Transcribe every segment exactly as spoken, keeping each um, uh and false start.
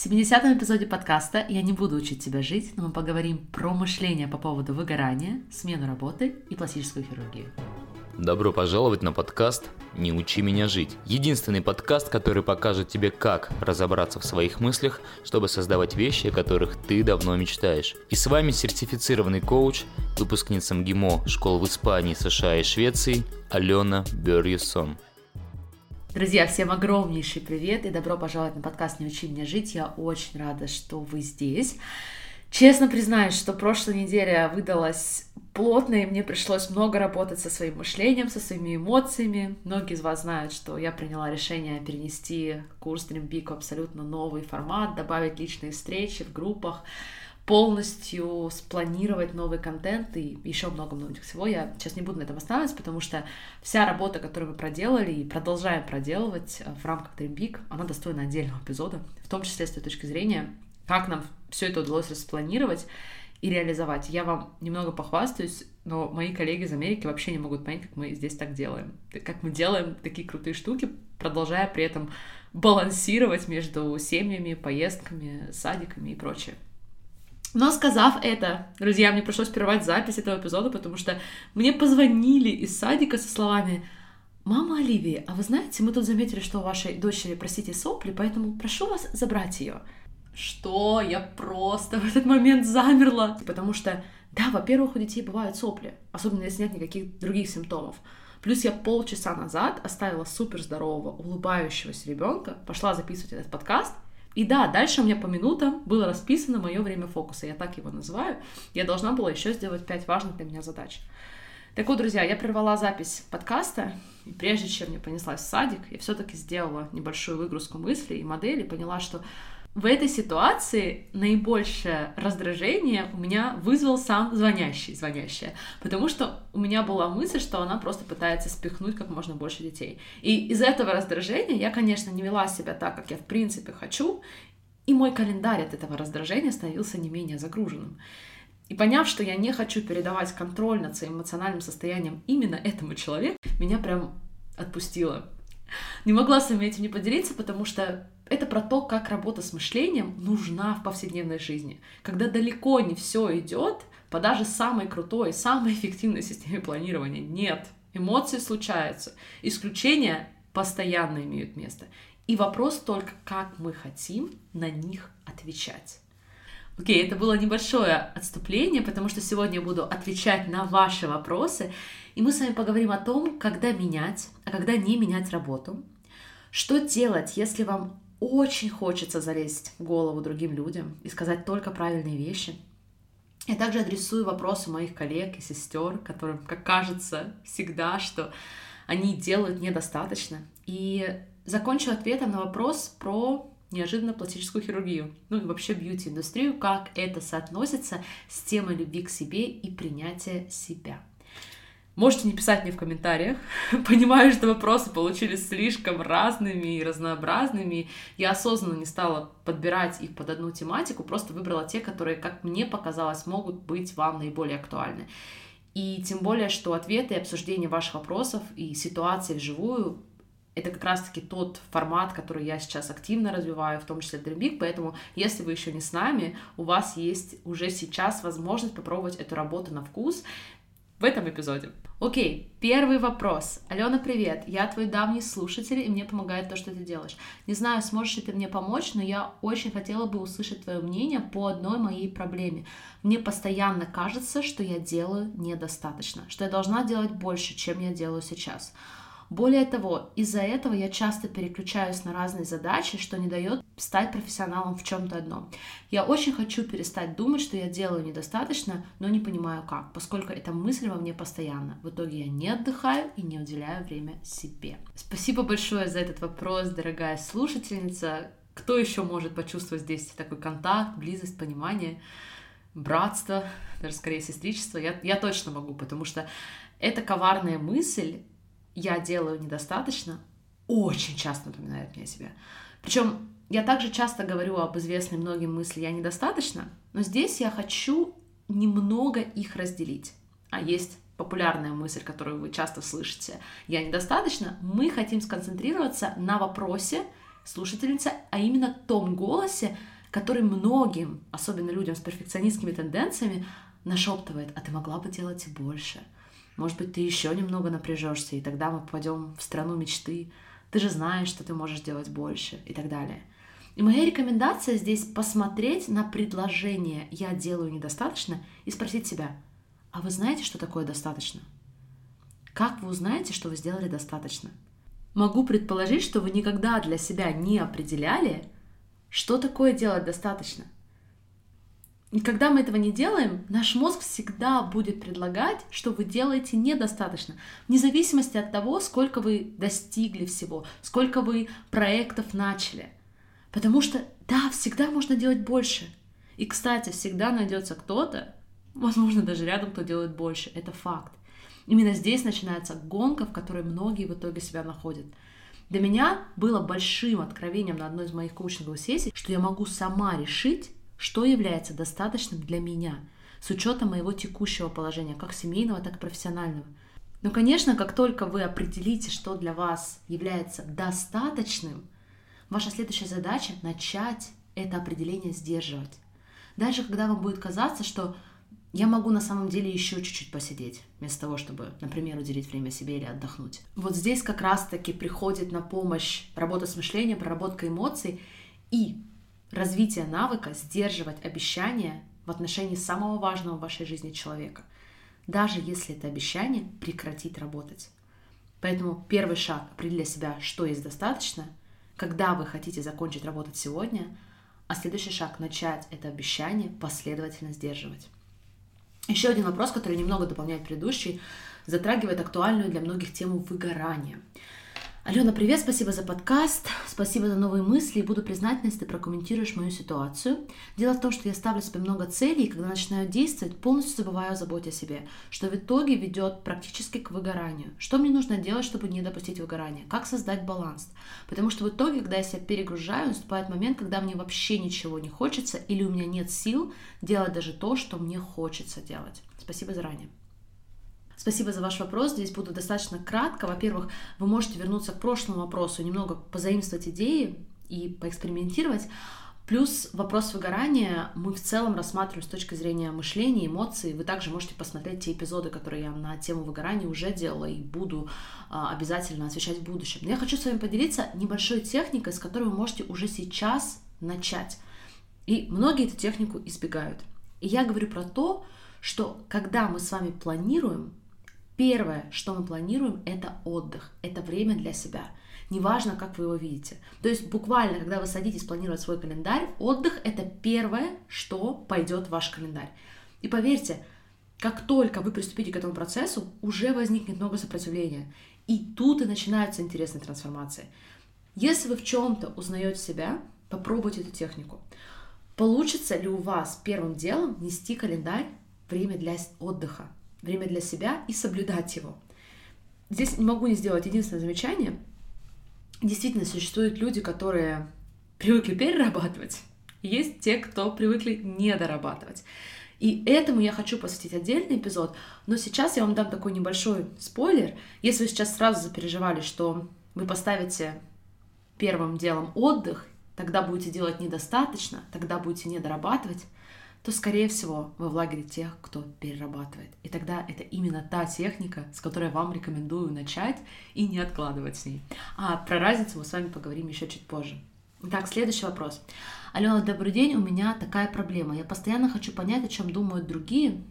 В семидесятом эпизоде подкаста «Я не буду учить тебя жить», но мы поговорим про мышление по поводу выгорания, смену работы и пластическую хирургию. Добро пожаловать на подкаст «Не учи меня жить». Единственный подкаст, который покажет тебе, как разобраться в своих мыслях, чтобы создавать вещи, о которых ты давно мечтаешь. И с вами сертифицированный коуч, выпускница МГИМО школ в Испании, США и Швеции Алена Бёрьесон. Друзья, всем огромнейший привет и добро пожаловать на подкаст «Не учи меня жить». Я очень рада, что вы здесь. Честно признаюсь, что прошлая неделя выдалась плотной, и мне пришлось много работать со своим мышлением, со своими эмоциями. Многие из вас знают, что я приняла решение перенести курс Dream Big в абсолютно новый формат, добавить личные встречи в группах, полностью спланировать новый контент и еще много-много всего. Я сейчас не буду на этом останавливаться, потому что вся работа, которую мы проделали и продолжаем проделывать в рамках Dream Big, она достойна отдельного эпизода, в том числе с той точки зрения, как нам все это удалось распланировать и реализовать. Я вам немного похвастаюсь, но мои коллеги из Америки вообще не могут понять, как мы здесь так делаем. Как мы делаем такие крутые штуки, продолжая при этом балансировать между семьями, поездками, садиками и прочее. Но сказав это, друзья, мне пришлось прервать запись этого эпизода, потому что мне позвонили из садика со словами: «Мама Оливии, а вы знаете, мы тут заметили, что у вашей дочери, простите, сопли, поэтому прошу вас забрать ее». Что? Я просто в этот момент замерла. Потому что, да, во-первых, у детей бывают сопли, особенно если нет никаких других симптомов. Плюс я полчаса назад оставила суперздорового, улыбающегося ребенка, пошла записывать этот подкаст. И да, дальше у меня по минутам было расписано мое время фокуса, я так его называю. Я должна была еще сделать пять важных для меня задач. Так вот, друзья, я прервала запись подкаста, и прежде чем я понеслась в садик, я все-таки сделала небольшую выгрузку мыслей и моделей, поняла, что в этой ситуации наибольшее раздражение у меня вызвал сам звонящий, звонящая, потому что у меня была мысль, что она просто пытается спихнуть как можно больше детей. И из этого раздражения я, конечно, не вела себя так, как я в принципе хочу, и мой календарь от этого раздражения становился не менее загруженным. И поняв, что я не хочу передавать контроль над своим эмоциональным состоянием именно этому человеку, меня прям отпустило. Не могла с вами этим не поделиться, потому что это про то, как работа с мышлением нужна в повседневной жизни. Когда далеко не все идет по даже самой крутой, самой эффективной системе планирования. Нет, эмоции случаются. Исключения постоянно имеют место. И вопрос только, как мы хотим на них отвечать. Окей, это было небольшое отступление, потому что сегодня я буду отвечать на ваши вопросы. И мы с вами поговорим о том, когда менять, а когда не менять работу. Что делать, если вам очень хочется залезть в голову другим людям и сказать только правильные вещи. Я также адресую вопросы моих коллег и сестер, которым, как кажется, всегда, что они делают недостаточно. И закончу ответом на вопрос про неожиданно пластическую хирургию, ну и вообще бьюти-индустрию, как это соотносится с темой любви к себе и принятия себя. Можете не писать мне в комментариях. Понимаю, что вопросы получились слишком разными и разнообразными. Я осознанно не стала подбирать их под одну тематику, просто выбрала те, которые, как мне показалось, могут быть вам наиболее актуальны. И тем более, что ответы и обсуждение ваших вопросов и ситуации вживую — это как раз-таки тот формат, который я сейчас активно развиваю, в том числе в Dream Big, поэтому если вы еще не с нами, у вас есть уже сейчас возможность попробовать эту работу на вкус в этом эпизоде. Окей, первый вопрос. Алена, привет. Я твой давний слушатель, и мне помогает то, что ты делаешь. Не знаю, сможешь ли ты мне помочь, но я очень хотела бы услышать твое мнение по одной моей проблеме. Мне постоянно кажется, что я делаю недостаточно, что я должна делать больше, чем я делаю сейчас. Более того, из-за этого я часто переключаюсь на разные задачи, что не дает стать профессионалом в чем-то одном. Я очень хочу перестать думать, что я делаю недостаточно, но не понимаю как, поскольку эта мысль во мне постоянно. В итоге я не отдыхаю и не уделяю время себе. Спасибо большое за этот вопрос, дорогая слушательница. Кто еще может почувствовать здесь такой контакт, близость, понимание, братство, даже скорее сестричество? Я, я точно могу, потому что эта коварная мысль «я делаю недостаточно» очень часто напоминает мне о себе. Причем я также часто говорю об известной многим мысли «я недостаточно», но здесь я хочу немного их разделить. А есть популярная мысль, которую вы часто слышите «я недостаточно», мы хотим сконцентрироваться на вопросе, слушательница, а именно том голосе, который многим, особенно людям с перфекционистскими тенденциями, нашептывает: а ты могла бы делать и больше. Может быть, ты еще немного напряжешься, и тогда мы попадем в страну мечты. Ты же знаешь, что ты можешь делать больше, и так далее. И моя рекомендация здесь посмотреть на предложение «я делаю недостаточно» и спросить себя: а вы знаете, что такое достаточно? Как вы узнаете, что вы сделали достаточно? Могу предположить, что вы никогда для себя не определяли, что такое делать достаточно. И когда мы этого не делаем, наш мозг всегда будет предлагать, что вы делаете недостаточно, вне зависимости от того, сколько вы достигли всего, сколько вы проектов начали. Потому что, да, всегда можно делать больше. И, кстати, всегда найдется кто-то, возможно, даже рядом, кто делает больше. Это факт. Именно здесь начинается гонка, в которой многие в итоге себя находят. Для меня было большим откровением на одной из моих коучинговых сессий, что я могу сама решить, что является достаточным для меня, с учетом моего текущего положения, как семейного, так и профессионального. Но, конечно, как только вы определите, что для вас является достаточным, ваша следующая задача — начать это определение сдерживать. Даже когда вам будет казаться, что я могу на самом деле еще чуть-чуть посидеть, вместо того, чтобы, например, уделить время себе или отдохнуть. Вот здесь как раз-таки приходит на помощь работа с мышлением, проработка эмоций и развитие навыка сдерживать обещания в отношении самого важного в вашей жизни человека, даже если это обещание прекратит работать. Поэтому первый шаг — определить для себя, что есть достаточно, когда вы хотите закончить работать сегодня, а следующий шаг — начать это обещание последовательно сдерживать. Еще один вопрос, который немного дополняет предыдущий, затрагивает актуальную для многих тему выгорания. Алена, привет, спасибо за подкаст, спасибо за новые мысли, и буду признательна, если ты прокомментируешь мою ситуацию. Дело в том, что я ставлю себе много целей, и когда начинаю действовать, полностью забываю о заботе о себе, что в итоге ведет практически к выгоранию. Что мне нужно делать, чтобы не допустить выгорания? Как создать баланс? Потому что в итоге, когда я себя перегружаю, наступает момент, когда мне вообще ничего не хочется, или у меня нет сил делать даже то, что мне хочется делать. Спасибо заранее. Спасибо за ваш вопрос. Здесь буду достаточно кратко. Во-первых, вы можете вернуться к прошлому вопросу, немного позаимствовать идеи и поэкспериментировать. Плюс вопрос выгорания мы в целом рассматриваем с точки зрения мышления, эмоций. Вы также можете посмотреть те эпизоды, которые я на тему выгорания уже делала и буду а, обязательно освещать в будущем. Но я хочу с вами поделиться небольшой техникой, с которой вы можете уже сейчас начать. И многие эту технику избегают. И я говорю про то, что когда мы с вами планируем, первое, что мы планируем, это отдых, это время для себя. Неважно, как вы его видите. То есть буквально, когда вы садитесь планировать свой календарь, отдых — это первое, что пойдет в ваш календарь. И поверьте, как только вы приступите к этому процессу, уже возникнет много сопротивления. И тут и начинаются интересные трансформации. Если вы в чем-то узнаете себя, попробуйте эту технику. Получится ли у вас первым делом нести календарь время для отдыха, время для себя и соблюдать его? Здесь не могу не сделать единственное замечание. Действительно, существуют люди, которые привыкли перерабатывать. Есть те, кто привыкли недорабатывать. И этому я хочу посвятить отдельный эпизод. Но сейчас я вам дам такой небольшой спойлер. Если вы сейчас сразу запереживали, что вы поставите первым делом отдых, тогда будете делать недостаточно, тогда будете недорабатывать, то, скорее всего, вы в лагере тех, кто перерабатывает. И тогда это именно та техника, с которой я вам рекомендую начать и не откладывать с ней. А про разницу мы с вами поговорим еще чуть позже. Итак, следующий вопрос. Алена, добрый день, у меня такая проблема. Я постоянно хочу понять, о чем думают другие.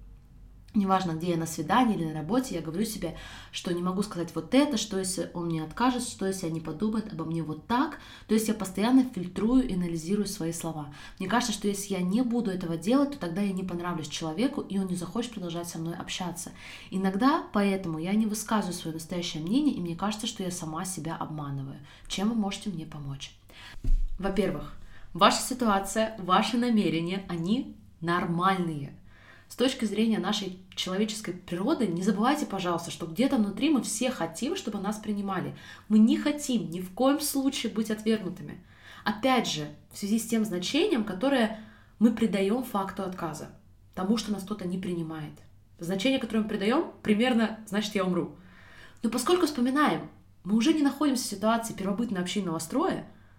Неважно, где я на свидании или на работе, я говорю себе, что не могу сказать вот это, что если он мне откажет, что если они подумают обо мне вот так. То есть я постоянно фильтрую и анализирую свои слова. Мне кажется, что если я не буду этого делать, то тогда я не понравлюсь человеку, и он не захочет продолжать со мной общаться. Иногда поэтому я не высказываю свое настоящее мнение, и мне кажется, что я сама себя обманываю. Чем вы можете мне помочь? Во-первых, ваша ситуация, ваши намерения, они нормальные. С точки зрения нашей человеческой природы, не забывайте, пожалуйста, что где-то внутри мы все хотим, чтобы нас принимали. Мы не хотим ни в коем случае быть отвергнутыми. Опять же, в связи с тем значением, которое мы придаем факту отказа, тому, что нас кто-то не принимает. Значение, которое мы придаем, примерно, значит, я умру. Но поскольку вспоминаем, мы уже не находимся в ситуации первобытно-общинного строя,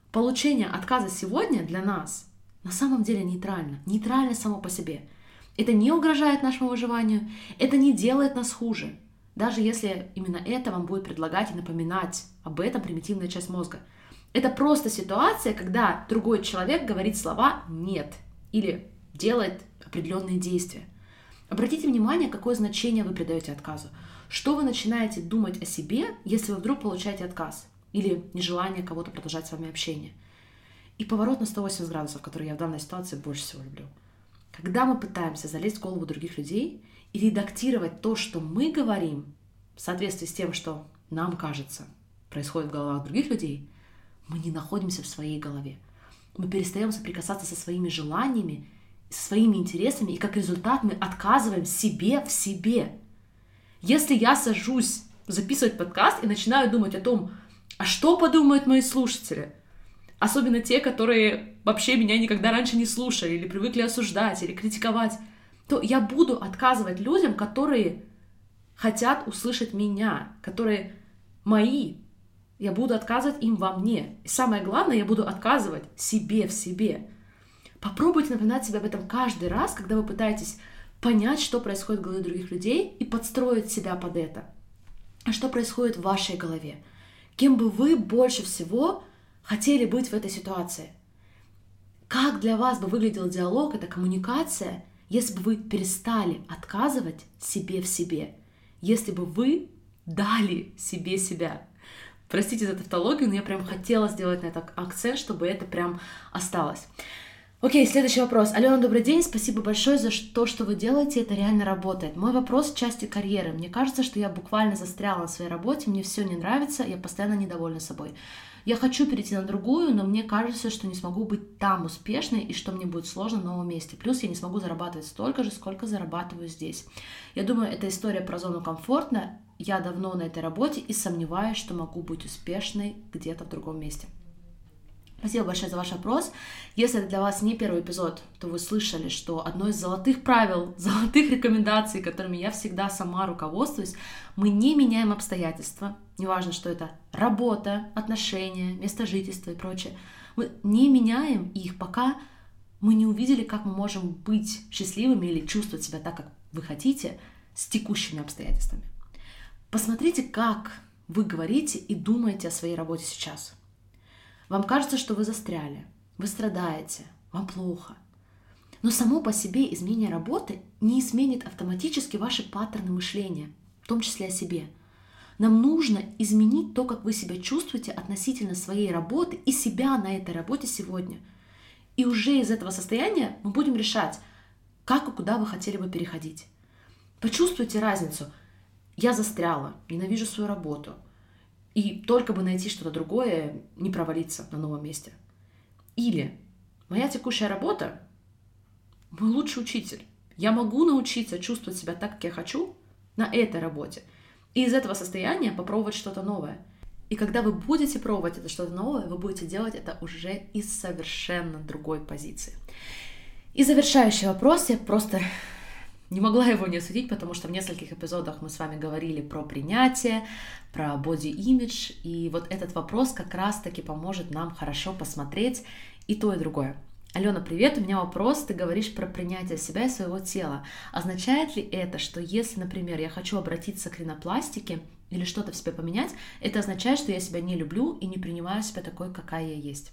Получение отказа сегодня для нас на самом деле нейтрально. Нейтрально само по себе. Это не угрожает нашему выживанию, это не делает нас хуже. Даже если именно это вам будет предлагать и напоминать об этом примитивная часть мозга. Это просто ситуация, когда другой человек говорит слова «нет» или делает определенные действия. Обратите внимание, какое значение вы придаете отказу. Что вы начинаете думать о себе, если вы вдруг получаете отказ или нежелание кого-то продолжать с вами общение. И поворот на сто восемьдесят градусов, который я в данной ситуации больше всего люблю. Когда мы пытаемся залезть в голову других людей и редактировать то, что мы говорим, в соответствии с тем, что нам кажется происходит в головах других людей, мы не находимся в своей голове. Мы перестаем соприкасаться со своими желаниями, со своими интересами, и как результат мы отказываем себе в себе. Если я сажусь записывать подкаст и начинаю думать о том, а что подумают мои слушатели, особенно те, которые вообще меня никогда раньше не слушали, или привыкли осуждать, или критиковать, то я буду отказывать людям, которые хотят услышать меня, которые мои. Я буду отказывать им во мне. И самое главное, я буду отказывать себе в себе. Попробуйте напоминать себе об этом каждый раз, когда вы пытаетесь понять, что происходит в голове других людей, и подстроить себя под это. А что происходит в вашей голове? Кем бы вы больше всего хотели быть в этой ситуации? Как для вас бы выглядел диалог, эта коммуникация, если бы вы перестали отказывать себе в себе? Если бы вы дали себе себя? Простите за тавтологию, но я прям хотела сделать на это акцент, чтобы это прям осталось. Окей, следующий вопрос. Алена, добрый день. Спасибо большое за то, что вы делаете. Это реально работает. Мой вопрос в части карьеры. Мне кажется, что я буквально застряла на своей работе, мне все не нравится, я постоянно недовольна собой. Я хочу перейти на другую, но мне кажется, что не смогу быть там успешной и что мне будет сложно в новом месте. Плюс я не смогу зарабатывать столько же, сколько зарабатываю здесь. Я думаю, это история про зону комфорта. Я давно на этой работе и сомневаюсь, что могу быть успешной где-то в другом месте. Спасибо большое за ваш вопрос. Если это для вас не первый эпизод, то вы слышали, что одно из золотых правил, золотых рекомендаций, которыми я всегда сама руководствуюсь, мы не меняем обстоятельства, неважно, что это работа, отношения, место жительства и прочее. Мы не меняем их, пока мы не увидели, как мы можем быть счастливыми или чувствовать себя так, как вы хотите, с текущими обстоятельствами. Посмотрите, как вы говорите и думаете о своей работе сейчас. Вам кажется, что вы застряли, вы страдаете, вам плохо. Но само по себе изменение работы не изменит автоматически ваши паттерны мышления, в том числе о себе. Нам нужно изменить то, как вы себя чувствуете относительно своей работы и себя на этой работе сегодня. И уже из этого состояния мы будем решать, как и куда вы хотели бы переходить. Почувствуйте разницу. Я застряла, ненавижу свою работу. И только бы найти что-то другое, не провалиться на новом месте. Или моя текущая работа – мой лучший учитель. Я могу научиться чувствовать себя так, как я хочу на этой работе. И из этого состояния попробовать что-то новое. И когда вы будете пробовать это что-то новое, вы будете делать это уже из совершенно другой позиции. И завершающий вопрос, я просто не могла его не осветить, потому что в нескольких эпизодах мы с вами говорили про принятие, про body-image, и вот этот вопрос как раз-таки поможет нам хорошо посмотреть и то, и другое. Алена, привет, у меня вопрос, ты говоришь про принятие себя и своего тела. Означает ли это, что если, например, я хочу обратиться к ринопластике или что-то в себе поменять, это означает, что я себя не люблю и не принимаю себя такой, какая я есть?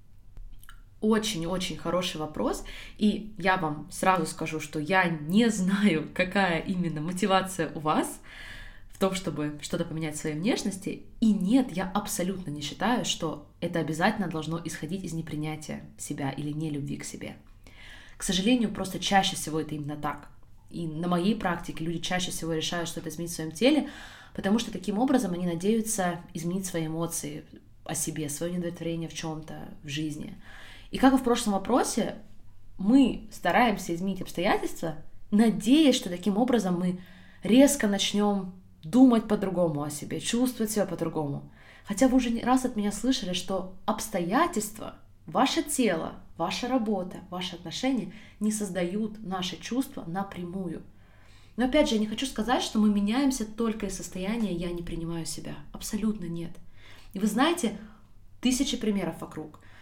Очень-очень хороший вопрос, и я вам сразу скажу, что я не знаю, какая именно мотивация у вас в том, чтобы что-то поменять в своей внешности, и нет, я абсолютно не считаю, что это обязательно должно исходить из непринятия себя или нелюбви к себе. К сожалению, просто чаще всего это именно так. И на моей практике люди чаще всего решают что-то изменить в своем теле, потому что таким образом они надеются изменить свои эмоции о себе, свое недовлетворение в чем-то, в жизни. И как и в прошлом вопросе, мы стараемся изменить обстоятельства, надеясь, что таким образом мы резко начнем думать по-другому о себе, чувствовать себя по-другому. Хотя вы уже не раз от меня слышали, что обстоятельства, ваше тело, ваша работа, ваши отношения не создают наши чувства напрямую. Но опять же, я не хочу сказать, что мы меняемся только из состояния «я не принимаю себя». Абсолютно нет. И вы знаете, тысячи примеров вокруг.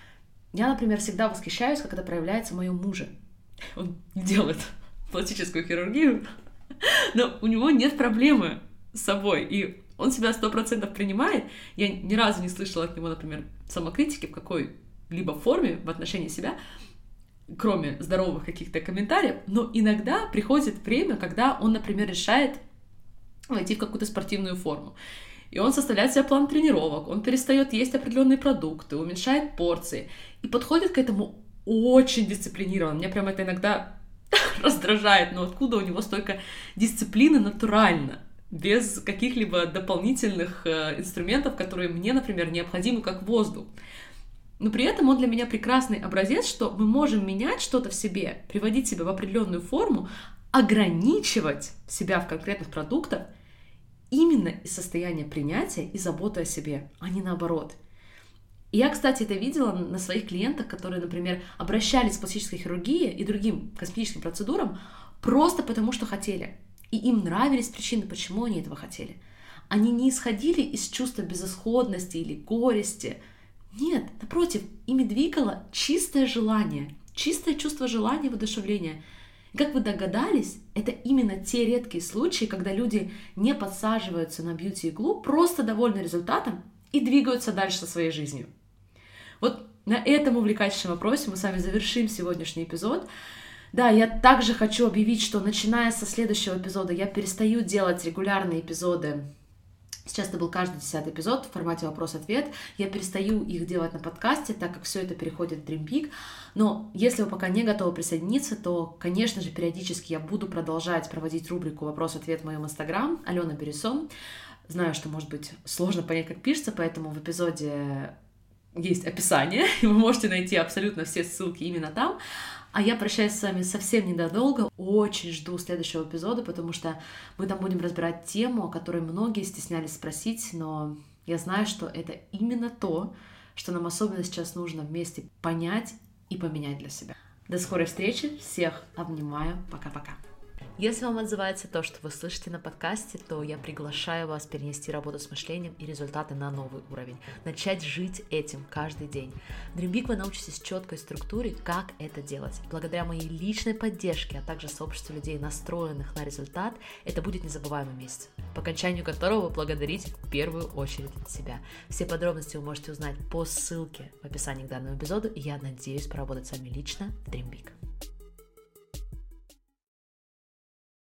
Я, например, всегда восхищаюсь, как это проявляется в моем муже. Он делает пластическую хирургию, но у него нет проблемы с собой, и он себя сто процентов принимает. Я ни разу не слышала от него, например, самокритики в какой-либо форме в отношении себя, кроме здоровых каких-то комментариев, но иногда приходит время, когда он, например, решает войти в какую-то спортивную форму. И он составляет себе план тренировок, он перестает есть определенные продукты, уменьшает порции и подходит к этому очень дисциплинированно. Меня прям это иногда раздражает, но откуда у него столько дисциплины натурально, без каких-либо дополнительных э, инструментов, которые мне, например, необходимы как воздух. Но при этом он для меня прекрасный образец, что мы можем менять что-то в себе, приводить себя в определенную форму, ограничивать себя в конкретных продуктах именно из состояния принятия и заботы о себе, а не наоборот. И я, кстати, это видела на своих клиентах, которые, например, обращались к пластической хирургии и другим косметическим процедурам просто потому, что хотели. И им нравились причины, почему они этого хотели. Они не исходили из чувства безысходности или горести. Нет, напротив, ими двигало чистое желание, чистое чувство желания и воодушевления. И как вы догадались, это именно те редкие случаи, когда люди не подсаживаются на бьюти-иглу, просто довольны результатом и двигаются дальше со своей жизнью. Вот на этом увлекательном вопросе мы с вами завершим сегодняшний эпизод. Да, я также хочу объявить, что начиная со следующего эпизода я перестаю делать регулярные эпизоды. Сейчас это был каждый десятый эпизод в формате вопрос-ответ. Я перестаю их делать на подкасте, так как все это переходит в Dream Big. Но если вы пока не готовы присоединиться, то, конечно же, периодически я буду продолжать проводить рубрику «Вопрос-ответ» в моем инстаграм Алена Бересон. Знаю, что, может быть, сложно понять, как пишется, поэтому в эпизоде есть описание, и вы можете найти абсолютно все ссылки именно там. А я прощаюсь с вами совсем ненадолго. Очень жду следующего эпизода, потому что мы там будем разбирать тему, о которой многие стеснялись спросить, но я знаю, что это именно то, что нам особенно сейчас нужно вместе понять и поменять для себя. До скорой встречи, всех обнимаю, пока-пока. Если вам отзывается то, что вы слышите на подкасте, то я приглашаю вас перенести работу с мышлением и результаты на новый уровень. Начать жить этим каждый день. В Dream Big вы научитесь четкой структуре, как это делать. Благодаря моей личной поддержке, а также сообществу людей, настроенных на результат, это будет незабываемый месяц, по окончанию которого вы благодарите в первую очередь себя. Все подробности вы можете узнать по ссылке в описании к данному эпизоду, и я надеюсь поработать с вами лично в Dream Big.